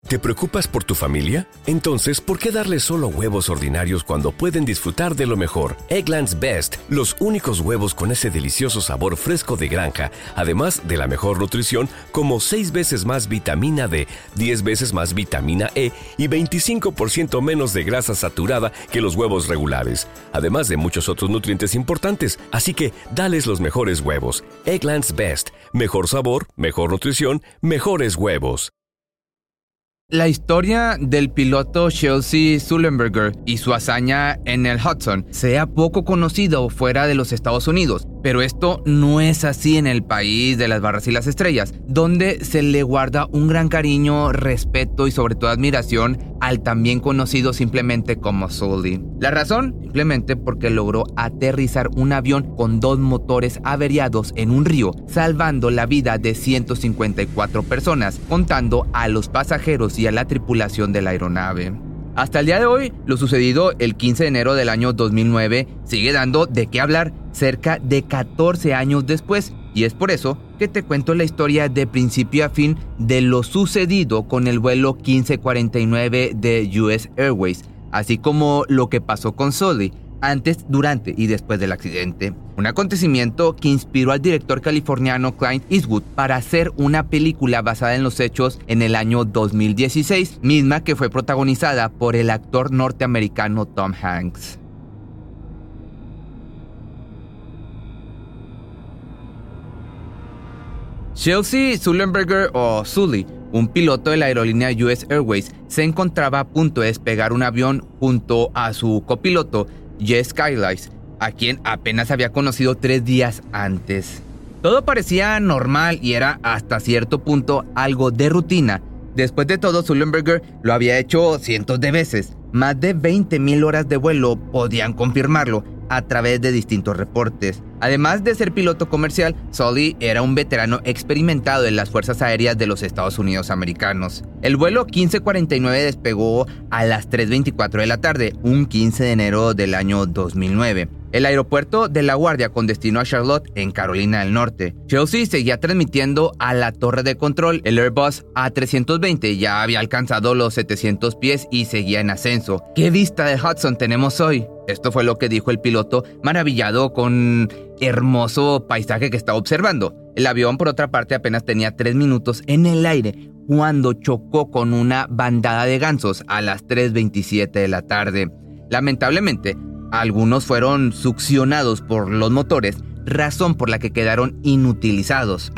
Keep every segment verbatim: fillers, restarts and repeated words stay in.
¿Te preocupas por tu familia? Entonces, ¿por qué darles solo huevos ordinarios cuando pueden disfrutar de lo mejor? Eggland's Best, los únicos huevos con ese delicioso sabor fresco de granja, además de la mejor nutrición, como seis veces más vitamina D, diez veces más vitamina E y veinticinco por ciento menos de grasa saturada que los huevos regulares, además de muchos otros nutrientes importantes. Así que, dales los mejores huevos. Eggland's Best, mejor sabor, mejor nutrición, mejores huevos. La historia del piloto Chelsea Sullenberger y su hazaña en el Hudson sea poco conocido fuera de los Estados Unidos, pero esto no es así en el país de las barras y las estrellas, donde se le guarda un gran cariño, respeto y sobre todo admiración al también conocido simplemente como Sully. La razón, simplemente porque logró aterrizar un avión con dos motores averiados en un río, salvando la vida de ciento cincuenta y cuatro personas, contando a los pasajeros y a la tripulación de la aeronave. Hasta el día de hoy, lo sucedido el quince de enero del año dos mil nueve sigue dando de qué hablar cerca de catorce años después, y es por eso que te cuento la historia de principio a fin de lo sucedido con el vuelo quince cuarenta y nueve de U S Airways, así como lo que pasó con Sully antes, durante y después del accidente. Un acontecimiento que inspiró al director californiano Clint Eastwood para hacer una película basada en los hechos en el año dos mil dieciséis, misma que fue protagonizada por el actor norteamericano Tom Hanks. Chelsea Sullenberger, o Sully, un piloto de la aerolínea U S Airways, se encontraba a punto de despegar un avión junto a su copiloto Jess Skylights, a quien apenas había conocido tres días antes. Todo parecía normal y era hasta cierto punto algo de rutina. Después de todo, Sullenberger lo había hecho cientos de veces. Más de veinte mil horas de vuelo podían confirmarlo a través de distintos reportes. Además de ser piloto comercial, Sully era un veterano experimentado en las Fuerzas Aéreas de los Estados Unidos americanos. El vuelo quince cuarenta y nueve despegó a las tres veinticuatro de la tarde, un quince de enero del año dos mil nueve. El aeropuerto de La Guardia con destino a Charlotte, en Carolina del Norte. Chelsea seguía transmitiendo a la torre de control. El Airbus A trescientos veinte ya había alcanzado los setecientos pies y seguía en ascenso. ¿Qué vista de Hudson tenemos hoy? Esto fue lo que dijo el piloto, maravillado con hermoso paisaje que estaba observando. El avión, por otra parte, apenas tenía tres minutos en el aire cuando chocó con una bandada de gansos a las tres veintisiete de la tarde. Lamentablemente, algunos fueron succionados por los motores, razón por la que quedaron inutilizados.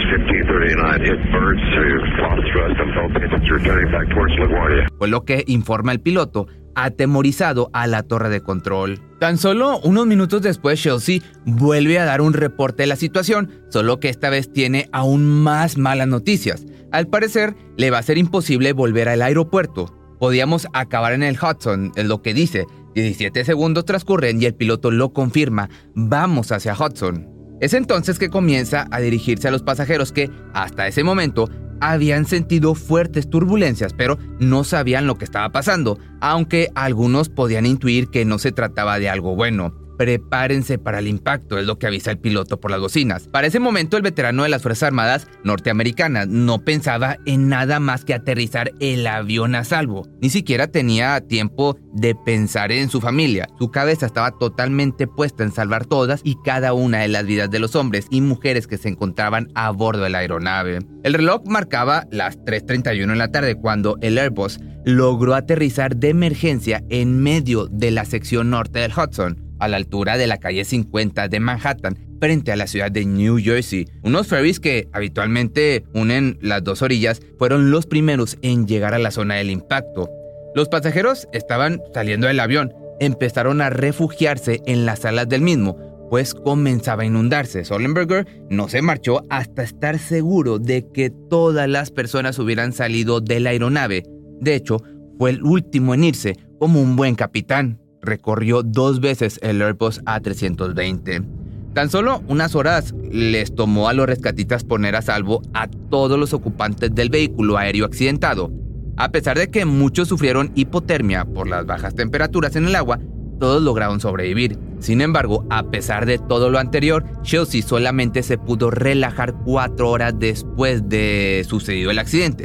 Fue lo que informa el piloto, atemorizado a la torre de control. Tan solo unos minutos después, Chelsea vuelve a dar un reporte de la situación, solo que esta vez tiene aún más malas noticias. Al parecer, le va a ser imposible volver al aeropuerto. Podíamos acabar en el Hudson, es lo que dice. diecisiete segundos transcurren y el piloto lo confirma. Vamos hacia Hudson. Es entonces que comienza a dirigirse a los pasajeros que, hasta ese momento, habían sentido fuertes turbulencias, pero no sabían lo que estaba pasando, aunque algunos podían intuir que no se trataba de algo bueno. Prepárense para el impacto, es lo que avisa el piloto por las bocinas. Para ese momento, el veterano de las Fuerzas Armadas norteamericanas no pensaba en nada más que aterrizar el avión a salvo. Ni siquiera tenía tiempo de pensar en su familia. Su cabeza estaba totalmente puesta en salvar todas y cada una de las vidas de los hombres y mujeres que se encontraban a bordo de la aeronave. El reloj marcaba las tres treinta y uno en la tarde cuando el Airbus logró aterrizar de emergencia en medio de la sección norte del Hudson, a la altura de la calle cincuenta de Manhattan, frente a la ciudad de New Jersey. Unos ferries que habitualmente unen las dos orillas fueron los primeros en llegar a la zona del impacto. Los pasajeros estaban saliendo del avión, empezaron a refugiarse en las salas del mismo, pues comenzaba a inundarse. Sullenberger no se marchó hasta estar seguro de que todas las personas hubieran salido de la aeronave. De hecho, fue el último en irse, como un buen capitán. Recorrió dos veces el Airbus A trescientos veinte. Tan solo unas horas les tomó a los rescatistas poner a salvo a todos los ocupantes del vehículo aéreo accidentado. A pesar de que muchos sufrieron hipotermia por las bajas temperaturas en el agua, todos lograron sobrevivir. Sin embargo, a pesar de todo lo anterior, Chelsea solamente se pudo relajar cuatro horas después de sucedido el accidente.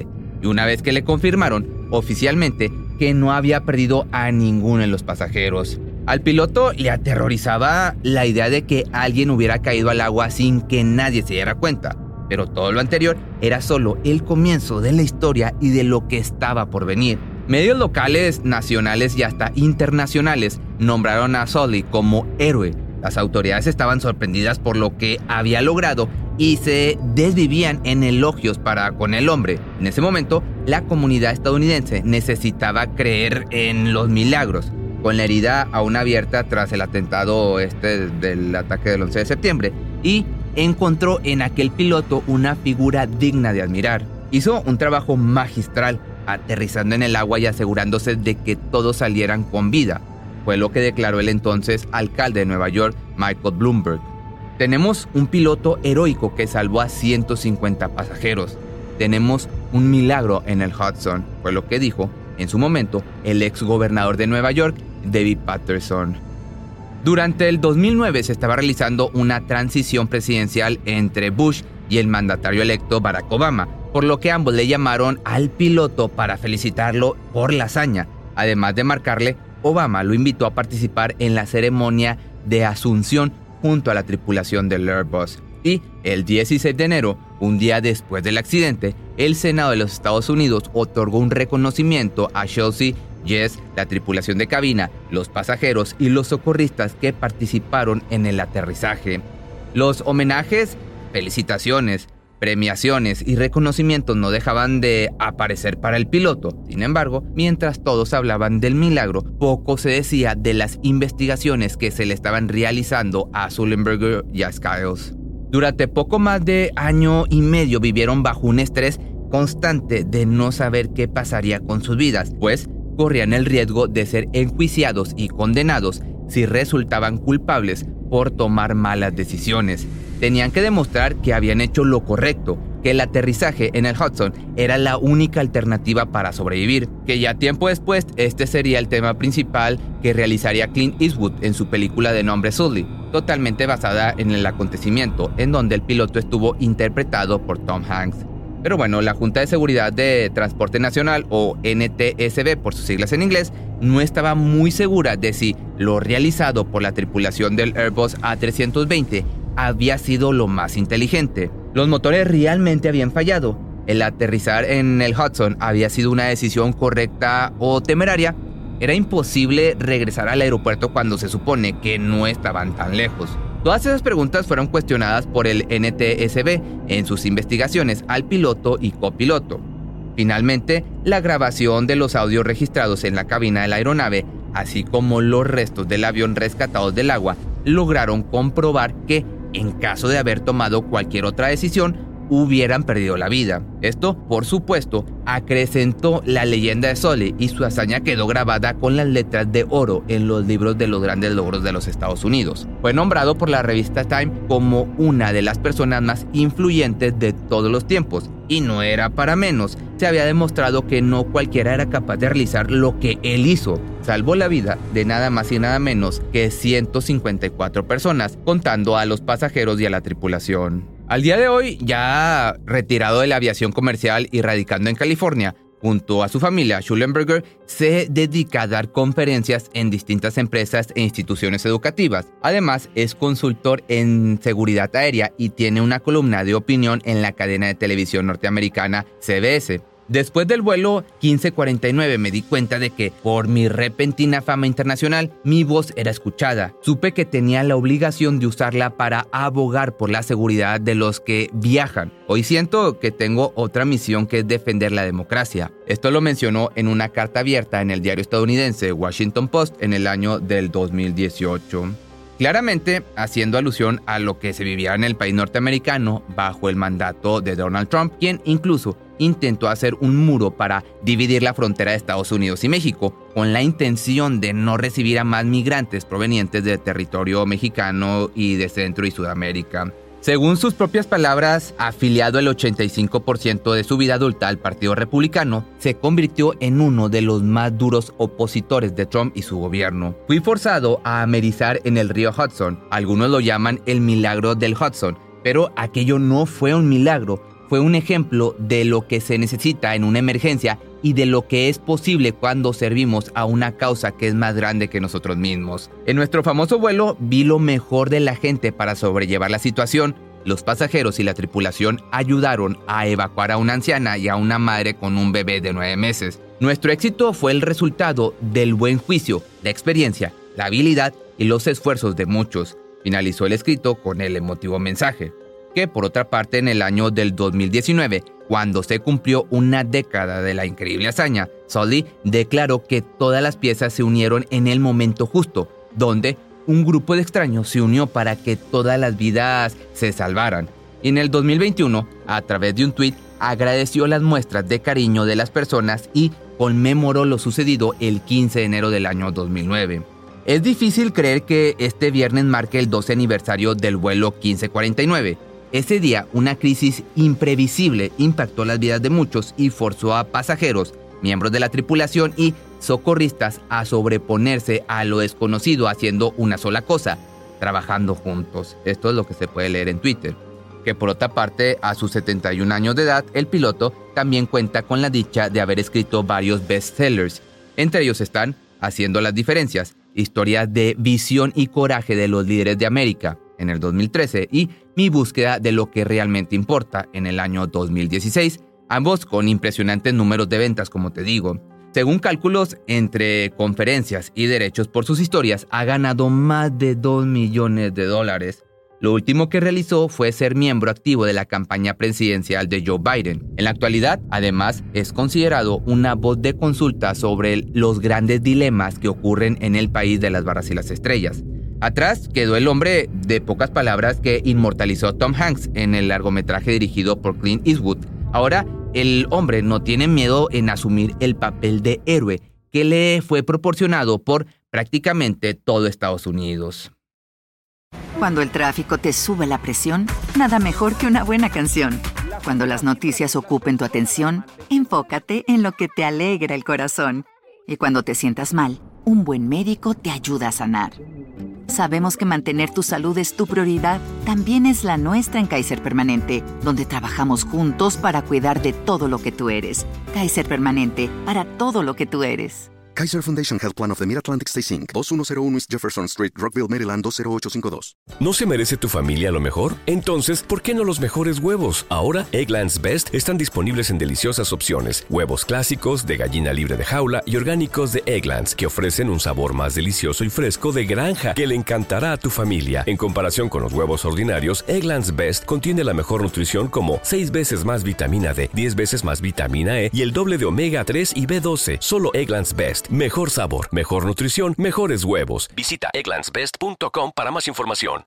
y una vez que le confirmaron oficialmente que no había perdido a ninguno de los pasajeros. Al piloto le aterrorizaba la idea de que alguien hubiera caído al agua sin que nadie se diera cuenta, pero todo lo anterior era solo el comienzo de la historia y de lo que estaba por venir. Medios locales, nacionales y hasta internacionales nombraron a Sully como héroe. Las autoridades estaban sorprendidas por lo que había logrado y se desvivían en elogios para con el hombre. En ese momento, la comunidad estadounidense necesitaba creer en los milagros. Con la herida aún abierta tras el atentado este del ataque del once de septiembre, y encontró en aquel piloto una figura digna de admirar. Hizo un trabajo magistral, aterrizando en el agua y asegurándose de que todos salieran con vida. Fue lo que declaró el entonces alcalde de Nueva York, Michael Bloomberg. Tenemos un piloto heroico que salvó a ciento cincuenta pasajeros. Tenemos un milagro en el Hudson, fue lo que dijo en su momento el ex gobernador de Nueva York, David Paterson. Durante el dos mil nueve se estaba realizando una transición presidencial entre Bush y el mandatario electo Barack Obama, por lo que ambos le llamaron al piloto para felicitarlo por la hazaña. Además de marcarle, Obama lo invitó a participar en la ceremonia de asunción junto a la tripulación del Airbus. Y el dieciséis de enero, un día después del accidente, el Senado de los Estados Unidos otorgó un reconocimiento a Chelsea Yes, la tripulación de cabina, los pasajeros y los socorristas que participaron en el aterrizaje. Los homenajes, felicitaciones, premiaciones y reconocimientos no dejaban de aparecer para el piloto. Sin embargo, mientras todos hablaban del milagro, poco se decía de las investigaciones que se le estaban realizando a Sullenberger y a Skiles. Durante poco más de año y medio vivieron bajo un estrés constante de no saber qué pasaría con sus vidas, pues corrían el riesgo de ser enjuiciados y condenados si resultaban culpables por tomar malas decisiones. Tenían que demostrar que habían hecho lo correcto, que el aterrizaje en el Hudson era la única alternativa para sobrevivir, que ya tiempo después este sería el tema principal que realizaría Clint Eastwood en su película de nombre Sully, totalmente basada en el acontecimiento, en donde el piloto estuvo interpretado por Tom Hanks. Pero bueno, la Junta de Seguridad de Transporte Nacional, o N T S B por sus siglas en inglés, no estaba muy segura de si lo realizado por la tripulación del Airbus A trescientos veinte había sido lo más inteligente. Los motores realmente habían fallado. El aterrizar en el Hudson había sido una decisión correcta o temeraria. Era imposible regresar al aeropuerto cuando se supone que no estaban tan lejos. Todas esas preguntas fueron cuestionadas por el N T S B en sus investigaciones al piloto y copiloto. Finalmente, la grabación de los audios registrados en la cabina de la aeronave, así como los restos del avión rescatados del agua, lograron comprobar que, en caso de haber tomado cualquier otra decisión, hubieran perdido la vida. Esto, por supuesto, acrecentó la leyenda de Sully y su hazaña quedó grabada con las letras de oro en los libros de los grandes logros de los Estados Unidos. Fue nombrado por la revista Time como una de las personas más influyentes de todos los tiempos, y no era para menos. Se había demostrado que no cualquiera era capaz de realizar lo que él hizo. Salvó la vida de nada más y nada menos que ciento cincuenta y cuatro personas, contando a los pasajeros y a la tripulación. Al día de hoy, ya retirado de la aviación comercial y radicando en California, junto a su familia, Sullenberger se dedica a dar conferencias en distintas empresas e instituciones educativas. Además, es consultor en seguridad aérea y tiene una columna de opinión en la cadena de televisión norteamericana C B S. Después del vuelo quince cuarenta y nueve me di cuenta de que, por mi repentina fama internacional, mi voz era escuchada. Supe que tenía la obligación de usarla para abogar por la seguridad de los que viajan. Hoy siento que tengo otra misión, que es defender la democracia. Esto lo mencionó en una carta abierta en el diario estadounidense Washington Post en el año del dos mil dieciocho. Claramente haciendo alusión a lo que se vivía en el país norteamericano bajo el mandato de Donald Trump, quien incluso intentó hacer un muro para dividir la frontera de Estados Unidos y México, con la intención de no recibir a más migrantes provenientes del territorio mexicano y de Centro y Sudamérica. Según sus propias palabras, afiliado el ochenta y cinco por ciento de su vida adulta al Partido Republicano, se convirtió en uno de los más duros opositores de Trump y su gobierno. Fui forzado a amerizar en el río Hudson. Algunos lo llaman el milagro del Hudson, pero aquello no fue un milagro. Fue fue un ejemplo de lo que se necesita en una emergencia y de lo que es posible cuando servimos a una causa que es más grande que nosotros mismos. En nuestro famoso vuelo vi lo mejor de la gente para sobrellevar la situación. Los pasajeros y la tripulación ayudaron a evacuar a una anciana y a una madre con un bebé de nueve meses. Nuestro éxito fue el resultado del buen juicio, la experiencia, la habilidad y los esfuerzos de muchos. Finalizó el escrito con el emotivo mensaje, que por otra parte en el año del dos mil diecinueve, cuando se cumplió una década de la increíble hazaña, Sully declaró que todas las piezas se unieron en el momento justo, donde un grupo de extraños se unió para que todas las vidas se salvaran. Y en el dos mil veintiuno, a través de un tuit, agradeció las muestras de cariño de las personas y conmemoró lo sucedido el quince de enero del año dos mil nueve. Es difícil creer que este viernes marque el doce aniversario del vuelo quince cuarenta y nueve. Ese día, una crisis imprevisible impactó las vidas de muchos y forzó a pasajeros, miembros de la tripulación y socorristas a sobreponerse a lo desconocido haciendo una sola cosa, trabajando juntos. Esto es lo que se puede leer en Twitter. Que por otra parte, a sus setenta y un años de edad, el piloto también cuenta con la dicha de haber escrito varios bestsellers. Entre ellos están Haciendo las diferencias, historias de visión y coraje de los líderes de América, en el dos mil trece, y Mi búsqueda de lo que realmente importa, en el año dos mil dieciséis, ambos con impresionantes números de ventas, como te digo. Según cálculos, entre conferencias y derechos por sus historias, ha ganado más de dos millones de dólares. Lo último que realizó fue ser miembro activo de la campaña presidencial de Joe Biden. En la actualidad, además, es considerado una voz de consulta sobre los grandes dilemas que ocurren en el país de las barras y las estrellas. Atrás quedó el hombre de pocas palabras que inmortalizó Tom Hanks en el largometraje dirigido por Clint Eastwood. Ahora, el hombre no tiene miedo en asumir el papel de héroe que le fue proporcionado por prácticamente todo Estados Unidos. Cuando el tráfico te sube la presión, nada mejor que una buena canción. Cuando las noticias ocupen tu atención, enfócate en lo que te alegra el corazón. Y cuando te sientas mal, un buen médico te ayuda a sanar. Sabemos que mantener tu salud es tu prioridad, también es la nuestra en Kaiser Permanente, donde trabajamos juntos para cuidar de todo lo que tú eres. Kaiser Permanente, para todo lo que tú eres. Kaiser Foundation Health Plan of the Mid-Atlantic Stay Incorporated. veintiuno cero uno East Jefferson Street, Rockville, Maryland dos cero ocho cinco dos. ¿No se merece tu familia lo mejor? Entonces, ¿por qué no los mejores huevos? Ahora, Eggland's Best están disponibles en deliciosas opciones. Huevos clásicos, de gallina libre de jaula y orgánicos de Eggland's, que ofrecen un sabor más delicioso y fresco de granja que le encantará a tu familia. En comparación con los huevos ordinarios, Eggland's Best contiene la mejor nutrición como seis veces más vitamina D, diez veces más vitamina E y el doble de omega tres y B doce. Solo Eggland's Best. Mejor sabor, mejor nutrición, mejores huevos. Visita egglands best punto com para más información.